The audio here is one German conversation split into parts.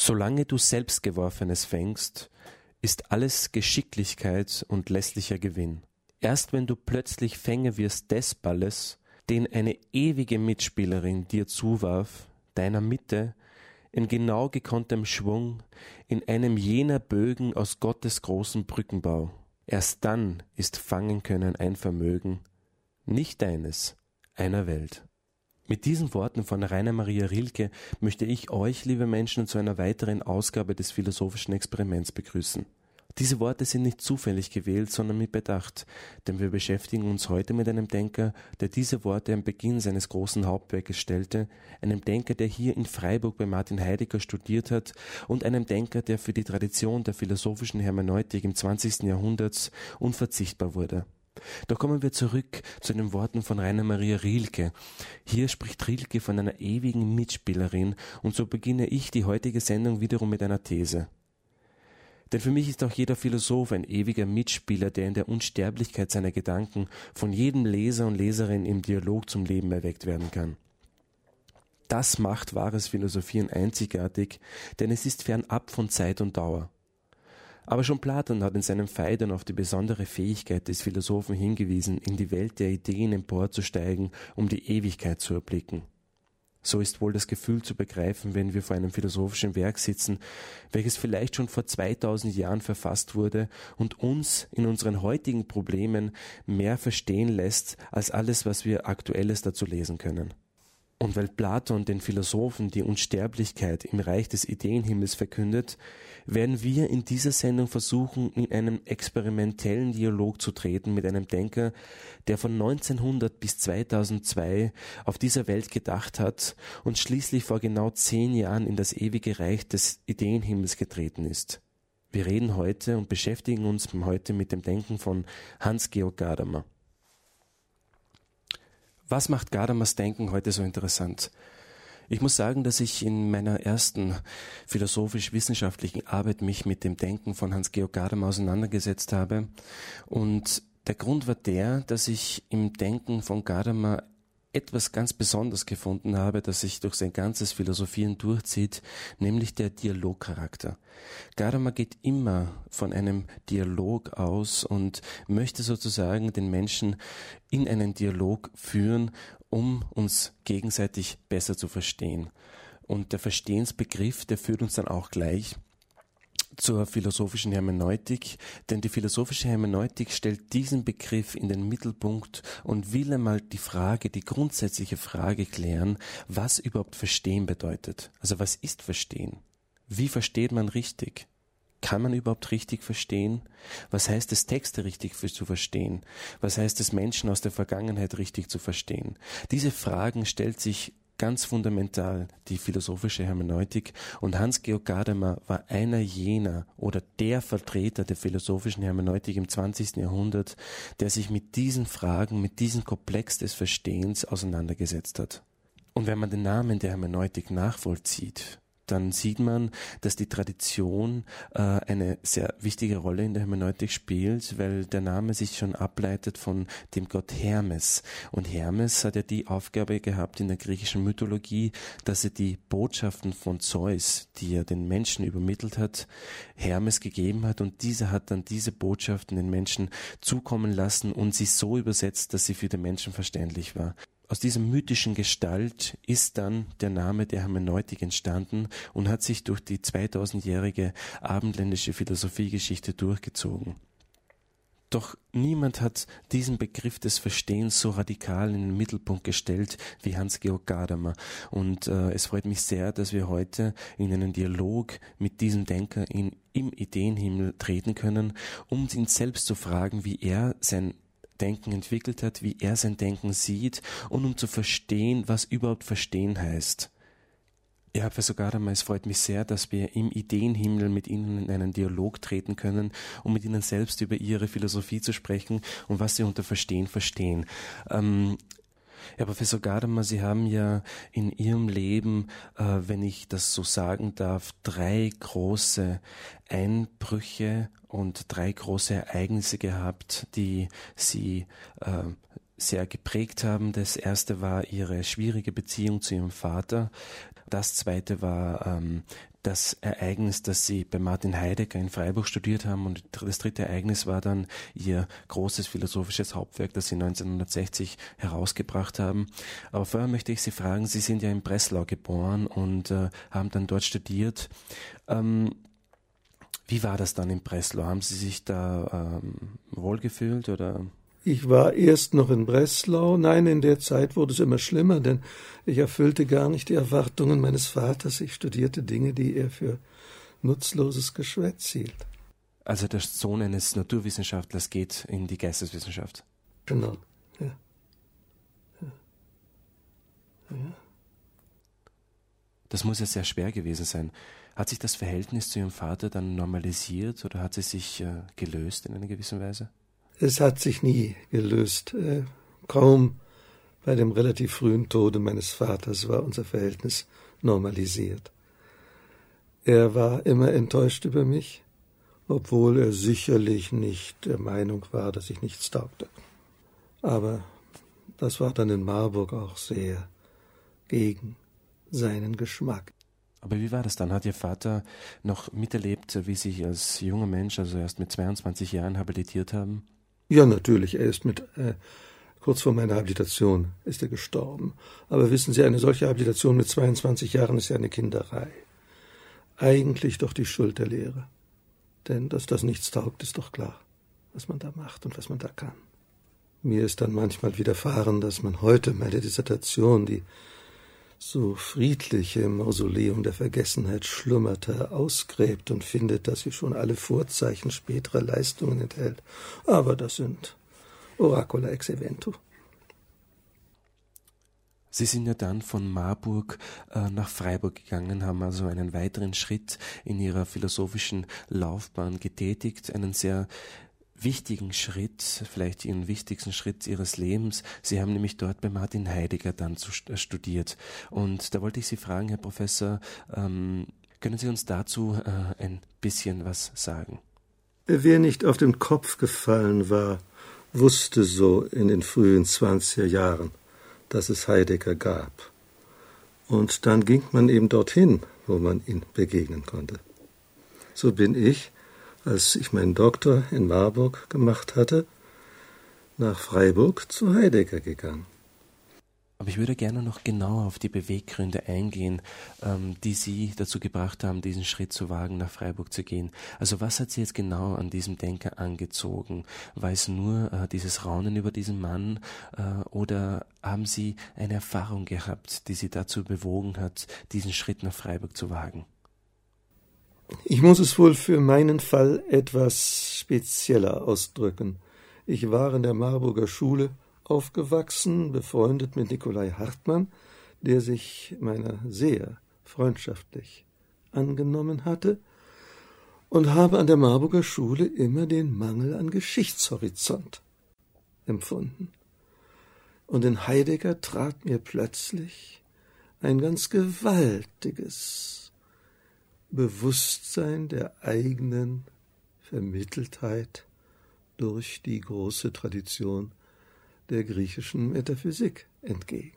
Solange du Selbstgeworfenes fängst, ist alles Geschicklichkeit und lässlicher Gewinn. Erst wenn du plötzlich Fänger wirst des Balles, den eine ewige Mitspielerin dir zuwarf, deiner Mitte, in genau gekonntem Schwung, in einem jener Bögen aus Gottes großem Brückenbau, erst dann ist Fangenkönnen ein Vermögen, nicht deines, einer Welt. Mit diesen Worten von Rainer Maria Rilke möchte ich euch, liebe Menschen, zu einer weiteren Ausgabe des philosophischen Experiments begrüßen. Diese Worte sind nicht zufällig gewählt, sondern mit Bedacht, denn wir beschäftigen uns heute mit einem Denker, der diese Worte am Beginn seines großen Hauptwerkes stellte, einem Denker, der hier in Freiburg bei Martin Heidegger studiert hat und einem Denker, der für die Tradition der philosophischen Hermeneutik im 20. Jahrhundert unverzichtbar wurde. Doch kommen wir zurück zu den Worten von Rainer Maria Rilke. Hier spricht Rilke von einer ewigen Mitspielerin und so beginne ich die heutige Sendung wiederum mit einer These. Denn für mich ist auch jeder Philosoph ein ewiger Mitspieler, der in der Unsterblichkeit seiner Gedanken von jedem Leser und Leserin im Dialog zum Leben erweckt werden kann. Das macht wahres Philosophieren einzigartig, denn es ist fernab von Zeit und Dauer. Aber schon Platon hat in seinem Phaidon auf die besondere Fähigkeit des Philosophen hingewiesen, in die Welt der Ideen emporzusteigen, um die Ewigkeit zu erblicken. So ist wohl das Gefühl zu begreifen, wenn wir vor einem philosophischen Werk sitzen, welches vielleicht schon vor 2000 Jahren verfasst wurde und uns in unseren heutigen Problemen mehr verstehen lässt, als alles, was wir Aktuelles dazu lesen können. Und weil Platon den Philosophen die Unsterblichkeit im Reich des Ideenhimmels verkündet, werden wir in dieser Sendung versuchen, in einen experimentellen Dialog zu treten mit einem Denker, der von 1900 bis 2002 auf dieser Welt gedacht hat und schließlich vor genau 10 Jahren in das ewige Reich des Ideenhimmels getreten ist. Wir reden heute und beschäftigen uns heute mit dem Denken von Hans-Georg Gadamer. Was macht Gadamers Denken heute so interessant? Ich muss sagen, dass ich in meiner ersten philosophisch-wissenschaftlichen Arbeit mich mit dem Denken von Hans-Georg Gadamer auseinandergesetzt habe. Und der Grund war der, dass ich im Denken von Gadamer etwas ganz Besonderes gefunden habe, das sich durch sein ganzes Philosophieren durchzieht, nämlich der Dialogcharakter. Gadamer geht immer von einem Dialog aus und möchte sozusagen den Menschen in einen Dialog führen, um uns gegenseitig besser zu verstehen. Und der Verstehensbegriff, der führt uns dann auch gleich zur philosophischen Hermeneutik, denn die philosophische Hermeneutik stellt diesen Begriff in den Mittelpunkt und will einmal die grundsätzliche Frage klären, was überhaupt Verstehen bedeutet. Also was ist Verstehen? Wie versteht man richtig? Kann man überhaupt richtig verstehen? Was heißt es, Texte richtig zu verstehen? Was heißt es, Menschen aus der Vergangenheit richtig zu verstehen? Diese Fragen stellt sich ganz fundamental die philosophische Hermeneutik und Hans-Georg Gadamer war einer jener oder der Vertreter der philosophischen Hermeneutik im 20. Jahrhundert, der sich mit diesen Fragen, mit diesem Komplex des Verstehens auseinandergesetzt hat. Und wenn man den Namen der Hermeneutik nachvollzieht, dann sieht man, dass die Tradition eine sehr wichtige Rolle in der Hermeneutik spielt, weil der Name sich schon ableitet von dem Gott Hermes. Und Hermes hat ja die Aufgabe gehabt in der griechischen Mythologie, dass er die Botschaften von Zeus, die er den Menschen übermittelt hat, Hermes gegeben hat und dieser hat dann diese Botschaften den Menschen zukommen lassen und sie so übersetzt, dass sie für den Menschen verständlich war. Aus dieser mythischen Gestalt ist dann der Name der Hermeneutik entstanden und hat sich durch die 2000-jährige abendländische Philosophiegeschichte durchgezogen. Doch niemand hat diesen Begriff des Verstehens so radikal in den Mittelpunkt gestellt wie Hans-Georg Gadamer. Und es freut mich sehr, dass wir heute in einen Dialog mit diesem Denker im Ideenhimmel treten können, um ihn selbst zu fragen, wie er sein Denken entwickelt hat, wie er sein Denken sieht und um zu verstehen, was überhaupt Verstehen heißt. Ja, Professor Gadamer, es freut mich sehr, dass wir im Ideenhimmel mit Ihnen in einen Dialog treten können, um mit Ihnen selbst über Ihre Philosophie zu sprechen und was Sie unter Verstehen verstehen. Herr Professor Gadamer, Sie haben ja in Ihrem Leben, wenn ich das so sagen darf, 3 große Einbrüche und 3 große Ereignisse gehabt, die sie sehr geprägt haben. Das erste war ihre schwierige Beziehung zu ihrem Vater. Das zweite war das Ereignis, dass sie bei Martin Heidegger in Freiburg studiert haben, und das dritte Ereignis war dann ihr großes philosophisches Hauptwerk, das sie 1960 herausgebracht haben. Aber vorher möchte ich Sie fragen, Sie sind ja in Breslau geboren und haben dann dort studiert. Wie war das dann in Breslau? Haben Sie sich da wohlgefühlt oder? Ich war erst noch in Breslau. Nein, in der Zeit wurde es immer schlimmer, denn ich erfüllte gar nicht die Erwartungen meines Vaters. Ich studierte Dinge, die er für nutzloses Geschwätz hielt. Also der Sohn eines Naturwissenschaftlers geht in die Geisteswissenschaft. Genau, ja. Das muss ja sehr schwer gewesen sein. Hat sich das Verhältnis zu Ihrem Vater dann normalisiert oder hat es sich gelöst in einer gewissen Weise? Es hat sich nie gelöst. Kaum bei dem relativ frühen Tode meines Vaters war unser Verhältnis normalisiert. Er war immer enttäuscht über mich, obwohl er sicherlich nicht der Meinung war, dass ich nichts taugte. Aber das war dann in Marburg auch sehr gegen seinen Geschmack. Aber wie war das dann? Hat Ihr Vater noch miterlebt, wie Sie sich als junger Mensch, also erst mit 22 Jahren, habilitiert haben? Ja, natürlich. Er ist kurz vor meiner Habilitation ist er gestorben. Aber wissen Sie, eine solche Habilitation mit 22 Jahren ist ja eine Kinderei. Eigentlich doch die Schuld der Lehre. Denn dass das nichts taugt, ist doch klar, was man da macht und was man da kann. Mir ist dann manchmal widerfahren, dass man heute meine Dissertation, die so friedlich im Mausoleum der Vergessenheit schlummerte, ausgräbt und findet, dass sie schon alle Vorzeichen späterer Leistungen enthält. Aber das sind Oracula ex eventu. Sie sind ja dann von Marburg nach Freiburg gegangen, haben also einen weiteren Schritt in Ihrer philosophischen Laufbahn getätigt, einen sehr wichtigen Schritt, vielleicht Ihren wichtigsten Schritt Ihres Lebens. Sie haben nämlich dort bei Martin Heidegger dann studiert. Und da wollte ich Sie fragen, Herr Professor, können Sie uns dazu ein bisschen was sagen? Wer nicht auf den Kopf gefallen war, wusste so in den frühen 20er Jahren, dass es Heidegger gab. Und dann ging man eben dorthin, wo man ihn begegnen konnte. So bin ich, als ich meinen Doktor in Marburg gemacht hatte, nach Freiburg zu Heidegger gegangen. Aber ich würde gerne noch genauer auf die Beweggründe eingehen, die Sie dazu gebracht haben, diesen Schritt zu wagen, nach Freiburg zu gehen. Also was hat Sie jetzt genau an diesem Denker angezogen? War es nur dieses Raunen über diesen Mann oder haben Sie eine Erfahrung gehabt, die Sie dazu bewogen hat, diesen Schritt nach Freiburg zu wagen? Ich muss es wohl für meinen Fall etwas spezieller ausdrücken. Ich war in der Marburger Schule aufgewachsen, befreundet mit Nikolai Hartmann, der sich meiner sehr freundschaftlich angenommen hatte, und habe an der Marburger Schule immer den Mangel an Geschichtshorizont empfunden. Und in Heidegger trat mir plötzlich ein ganz gewaltiges Bewusstsein der eigenen Vermitteltheit durch die große Tradition der griechischen Metaphysik entgegen.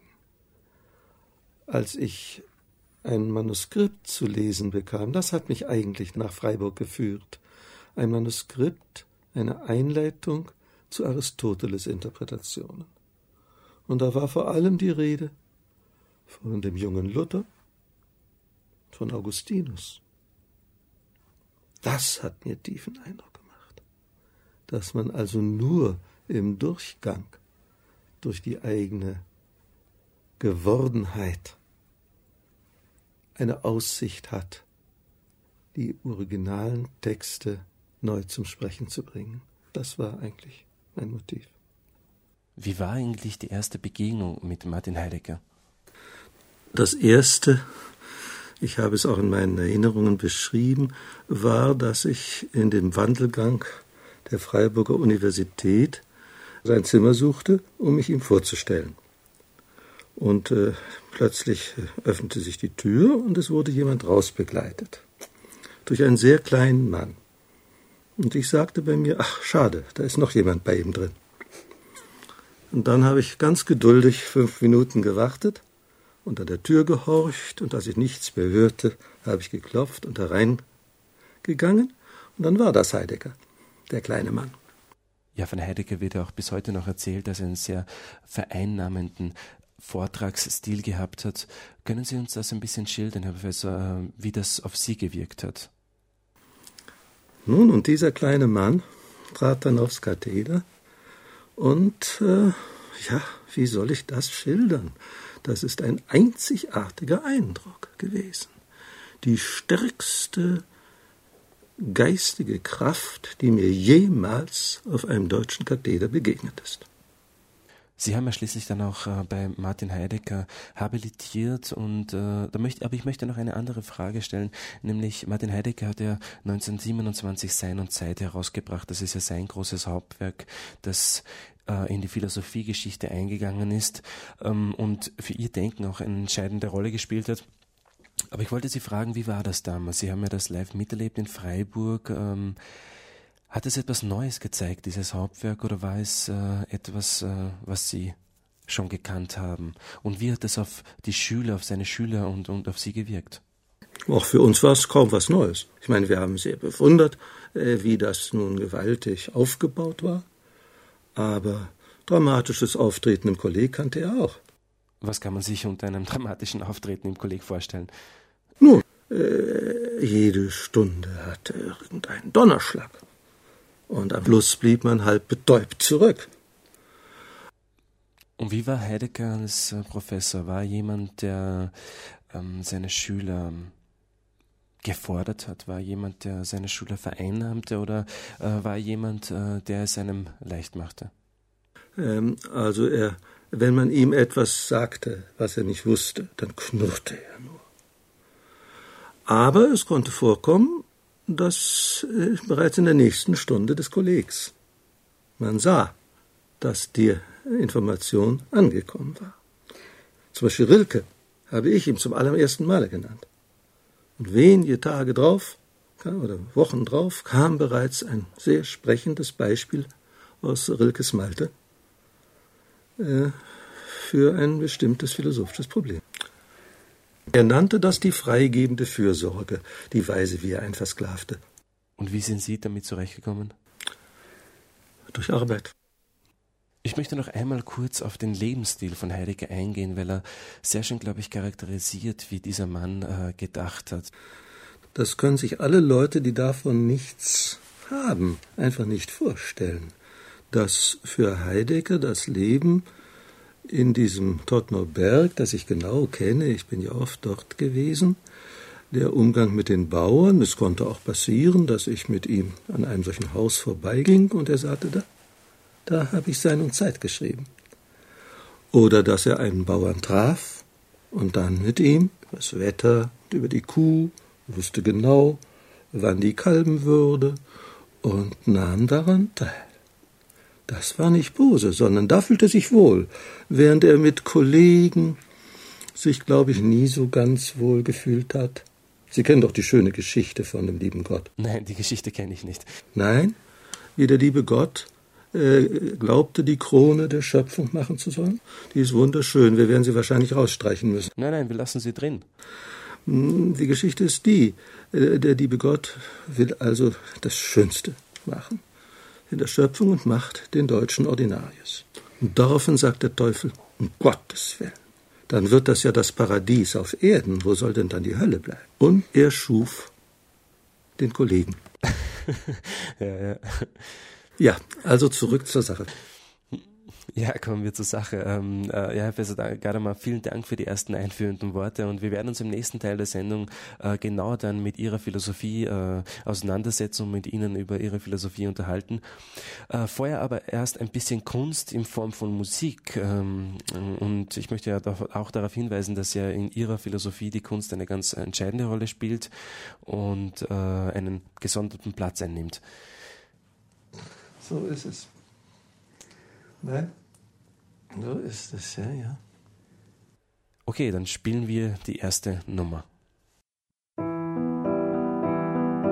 Als ich ein Manuskript zu lesen bekam, das hat mich eigentlich nach Freiburg geführt, ein Manuskript, eine Einleitung zu Aristoteles Interpretationen. Und da war vor allem die Rede von dem jungen Luther, von Augustinus. Das hat mir tiefen Eindruck gemacht, dass man also nur im Durchgang durch die eigene Gewordenheit eine Aussicht hat, die originalen Texte neu zum Sprechen zu bringen. Das war eigentlich mein Motiv. Wie war eigentlich die erste Begegnung mit Martin Heidegger? Das erste, ich habe es auch in meinen Erinnerungen beschrieben, war, dass ich in dem Wandelgang der Freiburger Universität sein Zimmer suchte, um mich ihm vorzustellen. Und plötzlich öffnete sich die Tür und es wurde jemand rausbegleitet. durch einen sehr kleinen Mann. Und ich sagte bei mir, ach, schade, da ist noch jemand bei ihm drin. Und dann habe ich ganz geduldig 5 Minuten gewartet, unter der Tür gehorcht, und als ich nichts mehr hörte, habe ich geklopft und hereingegangen. Und dann war das Heidegger, der kleine Mann. Ja, von Heidegger wird ja auch bis heute noch erzählt, dass er einen sehr vereinnahmenden Vortragsstil gehabt hat. Können Sie uns das ein bisschen schildern, Herr Professor, wie das auf Sie gewirkt hat? Nun, und dieser kleine Mann trat dann aufs Katheder und, wie soll ich das schildern? Das ist ein einzigartiger Eindruck gewesen. Die stärkste geistige Kraft, die mir jemals auf einem deutschen Katheder begegnet ist. Sie haben ja schließlich dann auch bei Martin Heidegger habilitiert und aber ich möchte noch eine andere Frage stellen, nämlich Martin Heidegger hat ja 1927 Sein und Zeit herausgebracht. Das ist ja sein großes Hauptwerk, das in die Philosophiegeschichte eingegangen ist und für Ihr Denken auch eine entscheidende Rolle gespielt hat. Aber ich wollte Sie fragen, wie war das damals? Sie haben ja das live miterlebt in Freiburg. Hat es etwas Neues gezeigt, dieses Hauptwerk, oder war es etwas, was Sie schon gekannt haben? Und wie hat es auf die Schüler, auf seine Schüler und auf Sie gewirkt? Auch für uns war es kaum was Neues. Ich meine, wir haben sehr bewundert, wie das nun gewaltig aufgebaut war. Aber dramatisches Auftreten im Kolleg kannte er auch. Was kann man sich unter einem dramatischen Auftreten im Kolleg vorstellen? Nun, jede Stunde hatte irgendeinen Donnerschlag. Und am Schluss blieb man halb betäubt zurück. Und wie war Heidegger als Professor? War jemand, der seine Schüler gefordert hat? War jemand, der seine Schüler vereinnahmte? Oder war jemand, der es einem leicht machte? Also wenn man ihm etwas sagte, was er nicht wusste, dann knurrte er nur. Aber es konnte vorkommen, dass bereits in der nächsten Stunde des Kollegs man sah, dass die Information angekommen war. Zum Beispiel Rilke habe ich ihm zum allerersten Male genannt. Und wenige Tage drauf oder Wochen drauf kam bereits ein sehr sprechendes Beispiel aus Rilkes Malte für ein bestimmtes philosophisches Problem. Er nannte das die freigebende Fürsorge, die Weise, wie er einen versklavte. Und wie sind Sie damit zurechtgekommen? Durch Arbeit. Ich möchte noch einmal kurz auf den Lebensstil von Heidegger eingehen, weil er sehr schön, glaube ich, charakterisiert, wie dieser Mann gedacht hat. Das können sich alle Leute, die davon nichts haben, einfach nicht vorstellen, dass für Heidegger das Leben in diesem Todtner Berg, das ich genau kenne, ich bin ja oft dort gewesen, der Umgang mit den Bauern, es konnte auch passieren, dass ich mit ihm an einem solchen Haus vorbeiging und er sagte, da habe ich Sein und Zeit geschrieben. Oder dass er einen Bauern traf und dann mit ihm über das Wetter, über die Kuh, wusste genau, wann die kalben würde und nahm daran teil. Das war nicht böse, sondern da fühlte er sich wohl, während er mit Kollegen sich, glaube ich, nie so ganz wohl gefühlt hat. Sie kennen doch die schöne Geschichte von dem lieben Gott. Nein, die Geschichte kenne ich nicht. Nein, wie der liebe Gott glaubte, die Krone der Schöpfung machen zu sollen. Die ist wunderschön, wir werden sie wahrscheinlich rausstreichen müssen. Nein, wir lassen sie drin. Die Geschichte ist die, der liebe Gott will also das Schönste machen in der Schöpfung und macht den Deutschen Ordinarius. Und daraufhin sagt der Teufel, um Gottes Willen, dann wird das ja das Paradies auf Erden, wo soll denn dann die Hölle bleiben? Und er schuf den Kollegen. Ja. Ja, also zurück zur Sache. Ja, kommen wir zur Sache. Herr Professor Gadamer, vielen Dank für die ersten einführenden Worte und wir werden uns im nächsten Teil der Sendung genau dann mit Ihrer Philosophie auseinandersetzen und mit Ihnen über Ihre Philosophie unterhalten. Vorher aber erst ein bisschen Kunst in Form von Musik und ich möchte ja auch darauf hinweisen, dass ja in Ihrer Philosophie die Kunst eine ganz entscheidende Rolle spielt und einen gesonderten Platz einnimmt. So ist es. Nein? So ist es, ja. Okay, dann spielen wir die erste Nummer.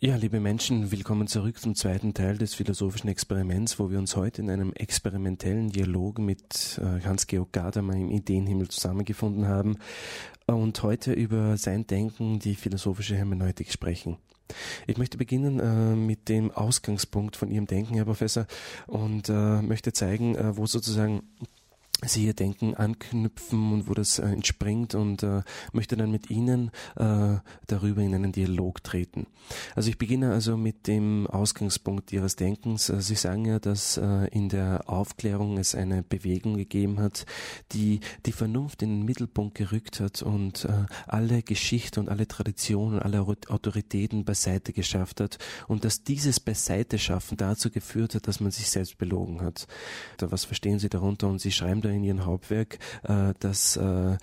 Ja, liebe Menschen, willkommen zurück zum zweiten Teil des philosophischen Experiments, wo wir uns heute in einem experimentellen Dialog mit Hans-Georg Gadamer im Ideenhimmel zusammengefunden haben und heute über sein Denken, die philosophische Hermeneutik sprechen. Ich möchte beginnen mit dem Ausgangspunkt von Ihrem Denken, Herr Professor, und möchte zeigen, wo sozusagen Sie Ihr Denken anknüpfen und wo das entspringt und möchte dann mit Ihnen darüber in einen Dialog treten. Also ich beginne also mit dem Ausgangspunkt Ihres Denkens. Sie sagen ja, dass in der Aufklärung es eine Bewegung gegeben hat, die die Vernunft in den Mittelpunkt gerückt hat und alle Geschichte und alle Traditionen, alle Autoritäten beiseite geschafft hat und dass dieses Beiseiteschaffen dazu geführt hat, dass man sich selbst belogen hat. Was verstehen Sie darunter? Und Sie schreiben in Ihrem Hauptwerk, dass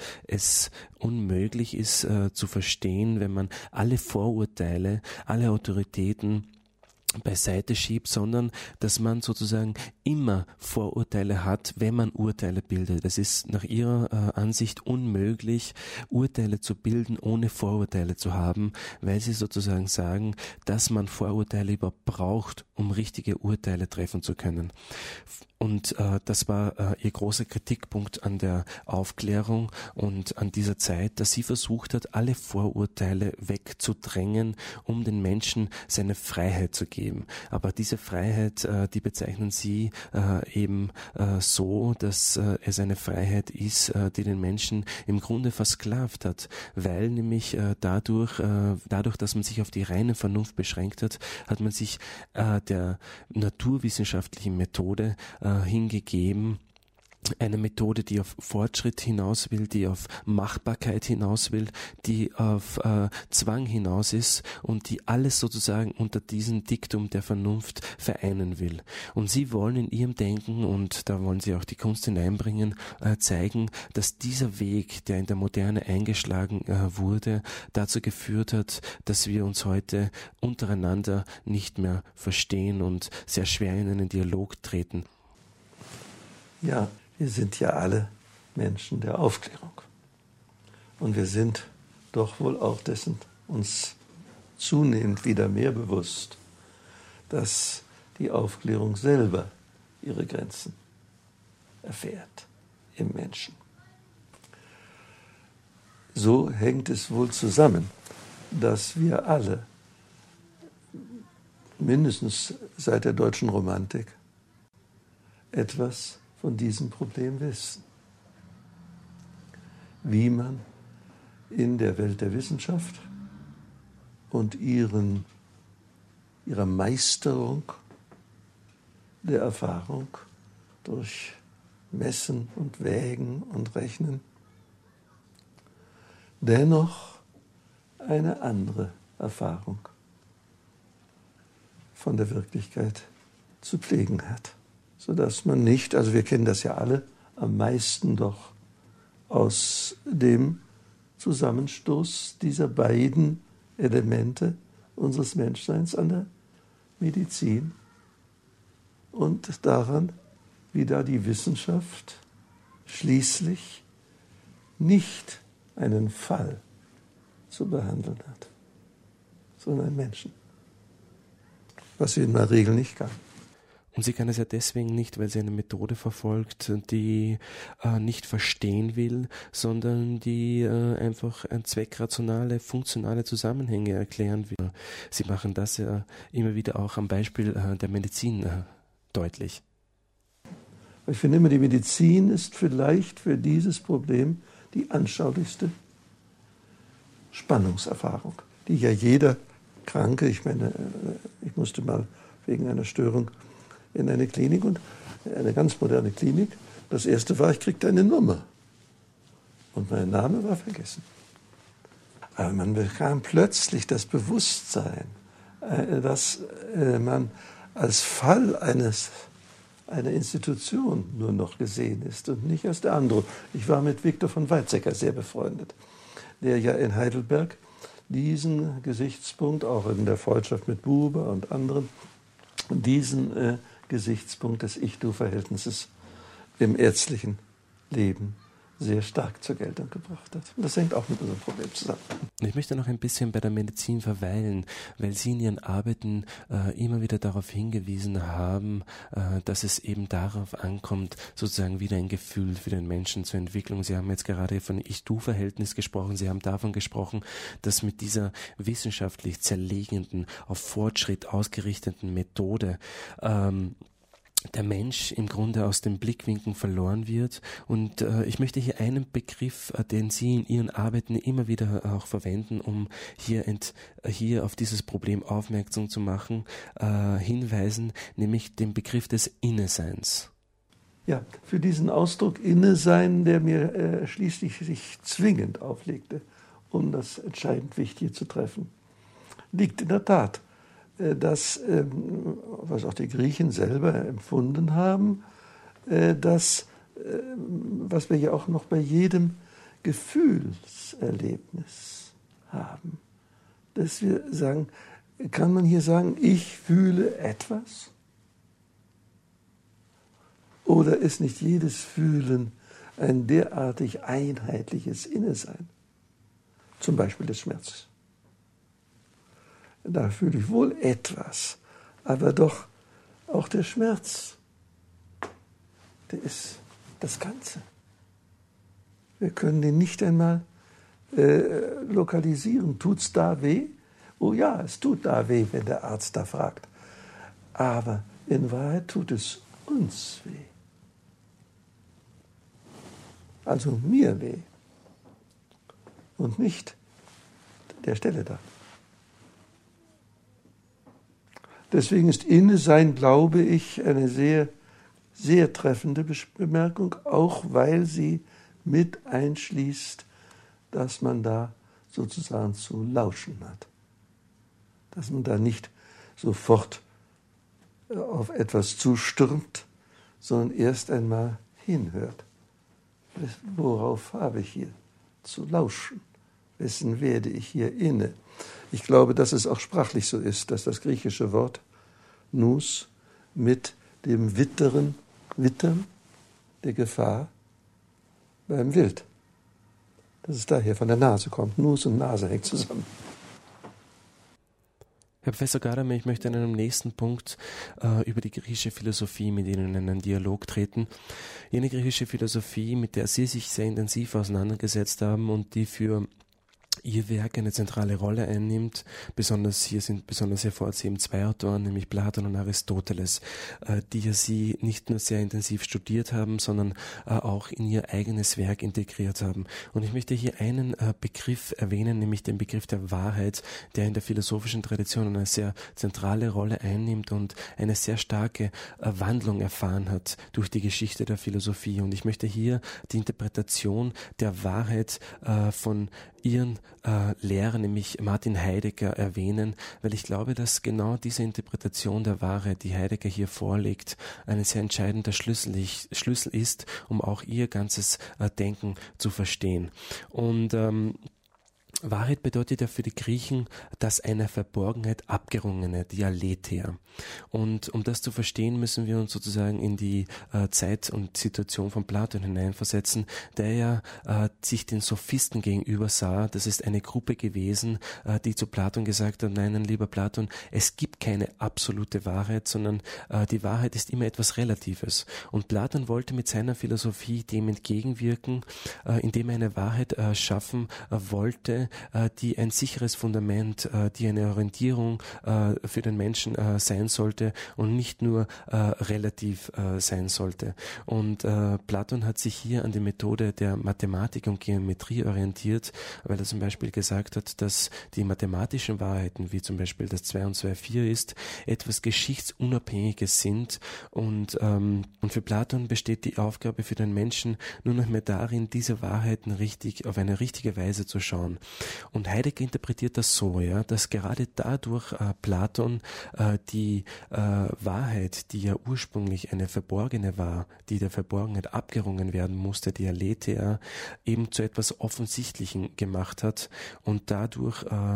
es unmöglich ist zu verstehen, wenn man alle Vorurteile, alle Autoritäten beiseite schiebt, sondern dass man sozusagen immer Vorurteile hat, wenn man Urteile bildet. Es ist nach Ihrer Ansicht unmöglich, Urteile zu bilden, ohne Vorurteile zu haben, weil Sie sozusagen sagen, dass man Vorurteile überhaupt braucht, um richtige Urteile treffen zu können. Und das war Ihr großer Kritikpunkt an der Aufklärung und an dieser Zeit, dass sie versucht hat, alle Vorurteile wegzudrängen, um den Menschen seine Freiheit zu geben. Aber diese Freiheit, die bezeichnen Sie eben so, dass es eine Freiheit ist, die den Menschen im Grunde versklavt hat, weil nämlich dadurch, dass man sich auf die reine Vernunft beschränkt hat, hat man sich der naturwissenschaftlichen Methode hingegeben, eine Methode, die auf Fortschritt hinaus will, die auf Machbarkeit hinaus will, die auf Zwang hinaus ist und die alles sozusagen unter diesem Diktum der Vernunft vereinen will. Und Sie wollen in Ihrem Denken, und da wollen Sie auch die Kunst hineinbringen, zeigen, dass dieser Weg, der in der Moderne eingeschlagen wurde, dazu geführt hat, dass wir uns heute untereinander nicht mehr verstehen und sehr schwer in einen Dialog treten. Ja, wir sind ja alle Menschen der Aufklärung. Und wir sind doch wohl auch dessen uns zunehmend wieder mehr bewusst, dass die Aufklärung selber ihre Grenzen erfährt im Menschen. So hängt es wohl zusammen, dass wir alle, mindestens seit der deutschen Romantik, etwas von diesem Problem wissen. Wie man in der Welt der Wissenschaft und ihrer Meisterung der Erfahrung durch Messen und Wägen und Rechnen dennoch eine andere Erfahrung von der Wirklichkeit zu pflegen hat. Sodass man nicht, also wir kennen das ja alle, am meisten doch aus dem Zusammenstoß dieser beiden Elemente unseres Menschseins an der Medizin und daran, wie da die Wissenschaft schließlich nicht einen Fall zu behandeln hat, sondern einen Menschen, was sie in der Regel nicht kann. Und sie kann es ja deswegen nicht, weil sie eine Methode verfolgt, die nicht verstehen will, sondern die einfach zweckrationale, funktionale Zusammenhänge erklären will. Sie machen das ja immer wieder auch am Beispiel der Medizin deutlich. Ich finde immer, die Medizin ist vielleicht für dieses Problem die anschaulichste Spannungserfahrung, die ja jeder Kranke, ich meine, ich musste mal wegen einer Störung in eine Klinik und eine ganz moderne Klinik. Das erste war, ich kriegte eine Nummer. Und mein Name war vergessen. Aber man bekam plötzlich das Bewusstsein, dass man als Fall einer Institution nur noch gesehen ist und nicht als der andere. Ich war mit Viktor von Weizsäcker sehr befreundet, der ja in Heidelberg diesen Gesichtspunkt, auch in der Freundschaft mit Buber und anderen, diesen Gesichtspunkt des Ich-Du-Verhältnisses im ärztlichen Leben sehr stark zur Geltung gebracht hat. Und das hängt auch mit unserem Problem zusammen. Ich möchte noch ein bisschen bei der Medizin verweilen, weil Sie in Ihren Arbeiten immer wieder darauf hingewiesen haben, dass es eben darauf ankommt, sozusagen wieder ein Gefühl für den Menschen zu entwickeln. Sie haben jetzt gerade von Ich-Du-Verhältnis gesprochen. Sie haben davon gesprochen, dass mit dieser wissenschaftlich zerlegenden, auf Fortschritt ausgerichteten Methode der Mensch im Grunde aus dem Blickwinkel verloren wird. Und ich möchte hier einen Begriff, den Sie in Ihren Arbeiten immer wieder auch verwenden, um hier auf dieses Problem aufmerksam zu machen, hinweisen, nämlich den Begriff des Inneseins. Ja, für diesen Ausdruck Innesein, der mir schließlich sich zwingend auflegte, um das entscheidend Wichtige zu treffen, liegt in der Tat das, was auch die Griechen selber empfunden haben, das, was wir ja auch noch bei jedem Gefühlserlebnis haben. Dass wir sagen, kann man hier sagen, ich fühle etwas? Oder ist nicht jedes Fühlen ein derartig einheitliches Innesein? Zum Beispiel des Schmerzes. Da fühle ich wohl etwas, aber doch auch der Schmerz, der ist das Ganze. Wir können den nicht einmal lokalisieren. Tut's da weh? Oh ja, es tut da weh, wenn der Arzt da fragt. Aber in Wahrheit tut es uns weh. Also mir weh. Und nicht der Stelle da. Deswegen ist Innesein, glaube ich, eine sehr, sehr treffende Bemerkung, auch weil sie mit einschließt, dass man da sozusagen zu lauschen hat. Dass man da nicht sofort auf etwas zustürmt, sondern erst einmal hinhört. Worauf habe ich hier zu lauschen? Wessen werde ich hier inne? Ich glaube, dass es auch sprachlich so ist, dass das griechische Wort Nous mit dem Wittern der Gefahr beim Wild, dass es daher von der Nase kommt. Nous und Nase hängt zusammen. Herr Professor Gadamer, ich möchte in einem nächsten Punkt über die griechische Philosophie mit Ihnen in einen Dialog treten. Jene griechische Philosophie, mit der Sie sich sehr intensiv auseinandergesetzt haben und die für Ihr Werk eine zentrale Rolle einnimmt. Hier sind besonders hervorzuheben zwei Autoren, nämlich Platon und Aristoteles, die ja Sie nicht nur sehr intensiv studiert haben, sondern auch in Ihr eigenes Werk integriert haben. Und ich möchte hier einen Begriff erwähnen, nämlich den Begriff der Wahrheit, der in der philosophischen Tradition eine sehr zentrale Rolle einnimmt und eine sehr starke Wandlung erfahren hat durch die Geschichte der Philosophie. Und ich möchte hier die Interpretation der Wahrheit von Ihren Lehrer, nämlich Martin Heidegger, erwähnen, weil ich glaube, dass genau diese Interpretation der Wahrheit, die Heidegger hier vorlegt, ein sehr entscheidender Schlüssel ist, um auch ihr ganzes Denken zu verstehen. Und Wahrheit bedeutet ja für die Griechen das einer Verborgenheit abgerungene, die Aletheia. Und um das zu verstehen, müssen wir uns sozusagen in die Zeit und Situation von Platon hineinversetzen, der ja sich den Sophisten gegenüber sah. Das ist eine Gruppe gewesen, die zu Platon gesagt hat, nein, lieber Platon, es gibt keine absolute Wahrheit, sondern die Wahrheit ist immer etwas Relatives. Und Platon wollte mit seiner Philosophie dem entgegenwirken, indem er eine Wahrheit schaffen wollte, die ein sicheres Fundament, die eine Orientierung für den Menschen sein sollte und nicht nur relativ sein sollte. Und Platon hat sich hier an die Methode der Mathematik und Geometrie orientiert, weil er zum Beispiel gesagt hat, dass die mathematischen Wahrheiten, wie zum Beispiel das 2 und 2 4 ist, etwas Geschichtsunabhängiges sind und für Platon besteht die Aufgabe für den Menschen nur noch mehr darin, diese Wahrheiten auf eine richtige Weise zu schauen. Und Heidegger interpretiert das so, ja, dass gerade dadurch Platon die Wahrheit, die ja ursprünglich eine verborgene war, die der Verborgenheit abgerungen werden musste, die Aletheia, eben zu etwas Offensichtlichem gemacht hat und dadurch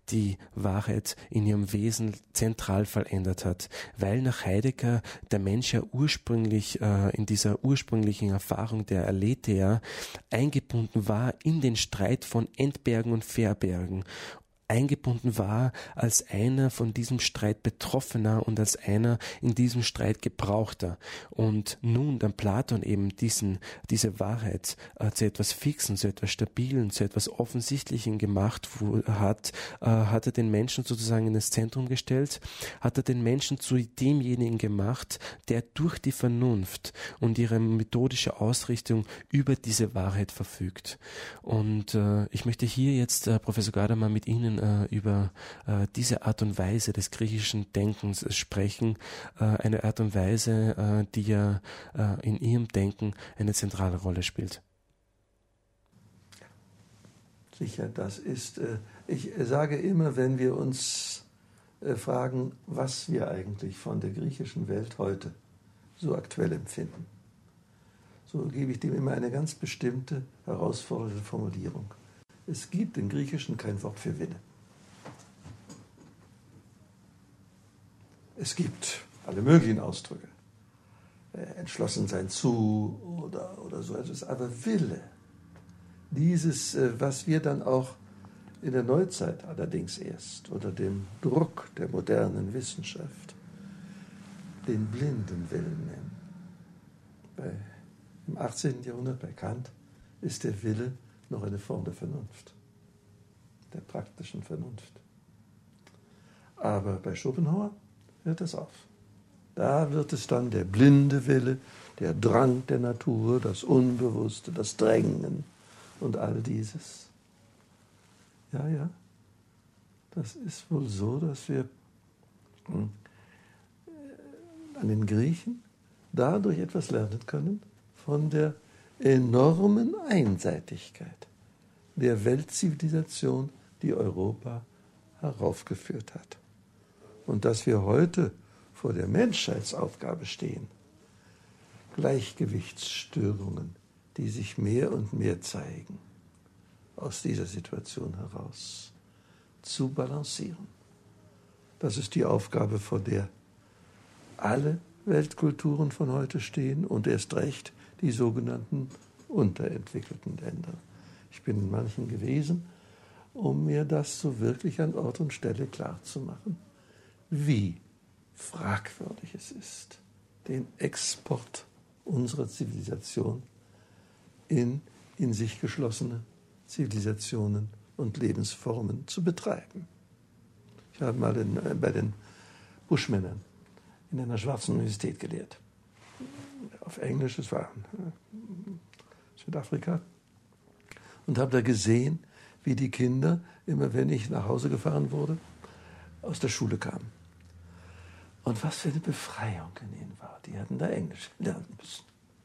die Wahrheit in ihrem Wesen zentral verändert hat, weil nach Heidegger der Mensch ja ursprünglich in dieser ursprünglichen Erfahrung der Aletheia eingebunden war in den Streit von Entbergen und Verbergen, eingebunden war als einer von diesem Streit Betroffener und als einer in diesem Streit Gebrauchter. Und nun dann Platon eben diese Wahrheit zu etwas Fixen, zu etwas Stabilen, zu etwas Offensichtlichen gemacht hat er den Menschen sozusagen in das Zentrum gestellt, hat er den Menschen zu demjenigen gemacht, der durch die Vernunft und ihre methodische Ausrichtung über diese Wahrheit verfügt. Und ich möchte hier jetzt, Professor Gadamer, mit Ihnen über diese Art und Weise des griechischen Denkens sprechen, eine Art und Weise, die ja in Ihrem Denken eine zentrale Rolle spielt. Sicher, das ist, ich sage immer, wenn wir uns fragen, was wir eigentlich von der griechischen Welt heute so aktuell empfinden, so gebe ich dem immer eine ganz bestimmte, herausfordernde Formulierung. Es gibt im Griechischen kein Wort für Wille. Es gibt alle möglichen Ausdrücke. Entschlossen sein zu oder so etwas. Aber Wille, dieses, was wir dann auch in der Neuzeit allerdings erst unter dem Druck der modernen Wissenschaft den blinden Willen nennen. Im 18. Jahrhundert bei Kant ist der Wille noch eine Form der Vernunft, der praktischen Vernunft. Aber bei Schopenhauer hört es auf. Da wird es dann der blinde Wille, der Drang der Natur, das Unbewusste, das Drängen und all dieses. Ja, das ist wohl so, dass wir an den Griechen dadurch etwas lernen können von der enormen Einseitigkeit der Weltzivilisation, die Europa heraufgeführt hat. Und dass wir heute vor der Menschheitsaufgabe stehen, Gleichgewichtsstörungen, die sich mehr und mehr zeigen, aus dieser Situation heraus zu balancieren. Das ist die Aufgabe, vor der alle Weltkulturen von heute stehen und erst recht die sogenannten unterentwickelten Länder. Ich bin in manchen gewesen, um mir das so wirklich an Ort und Stelle klarzumachen, wie fragwürdig es ist, den Export unserer Zivilisation in sich geschlossene Zivilisationen und Lebensformen zu betreiben. Ich habe mal bei den Buschmännern in einer schwarzen Universität gelehrt. Auf Englisch, es war Südafrika. Und habe da gesehen, wie die Kinder, immer wenn ich nach Hause gefahren wurde, aus der Schule kamen. Und was für eine Befreiung in ihnen war. Die hatten da Englisch lernen müssen.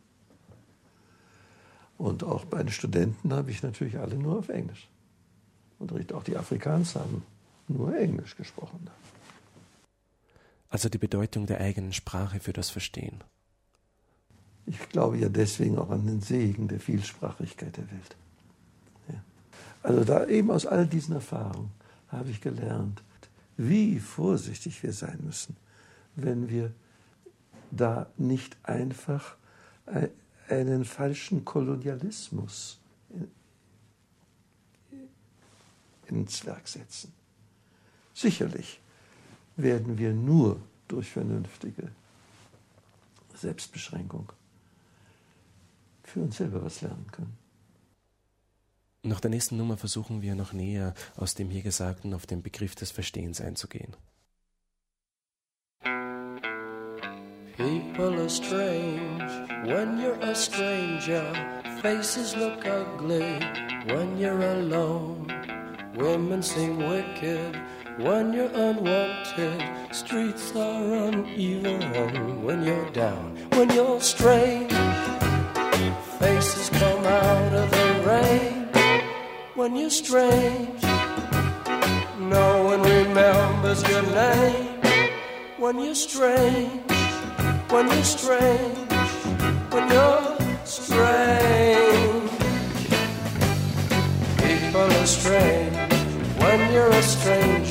Und auch bei den Studenten habe ich natürlich alle nur auf Englisch unterrichtet. Auch die Afrikaner haben nur Englisch gesprochen. Also die Bedeutung der eigenen Sprache für das Verstehen. Ich glaube ja deswegen auch an den Segen der Vielsprachigkeit der Welt. Ja. Also da eben aus all diesen Erfahrungen habe ich gelernt, wie vorsichtig wir sein müssen, wenn wir da nicht einfach einen falschen Kolonialismus ins Werk setzen. Sicherlich werden wir nur durch vernünftige Selbstbeschränkung für uns selber was lernen können. Nach der nächsten Nummer versuchen wir noch näher aus dem hier Gesagten auf den Begriff des Verstehens einzugehen. People are strange when you're a stranger. Faces look ugly when you're alone. Women seem wicked when you're unwanted. Streets are uneven when you're down. When you're strange, faces come out of the rain. When you're strange, no one remembers your name. When you're strange, when you're strange, when you're strange. People are strange when you're a stranger.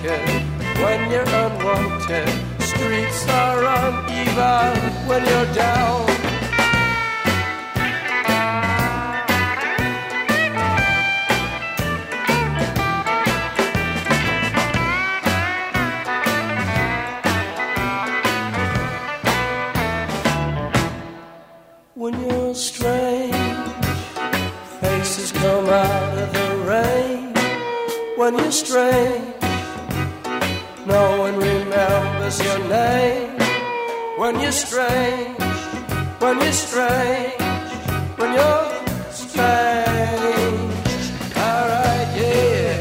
wicked when you're unwanted. Streets are uneven when you're down. When you're strange, faces come out of the rain. When you're strange, no one remembers your name. When you're strange, when you're strange, when you're strange. Alright, yeah.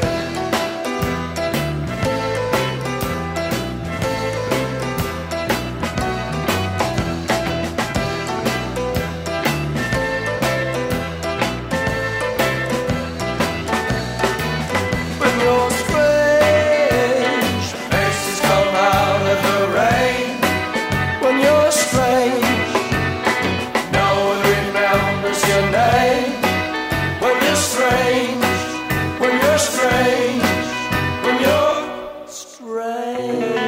When you're strange, faces come out of the rain. When you're strange, no one remembers your name. When you're strange, when you're strange, when you're strange.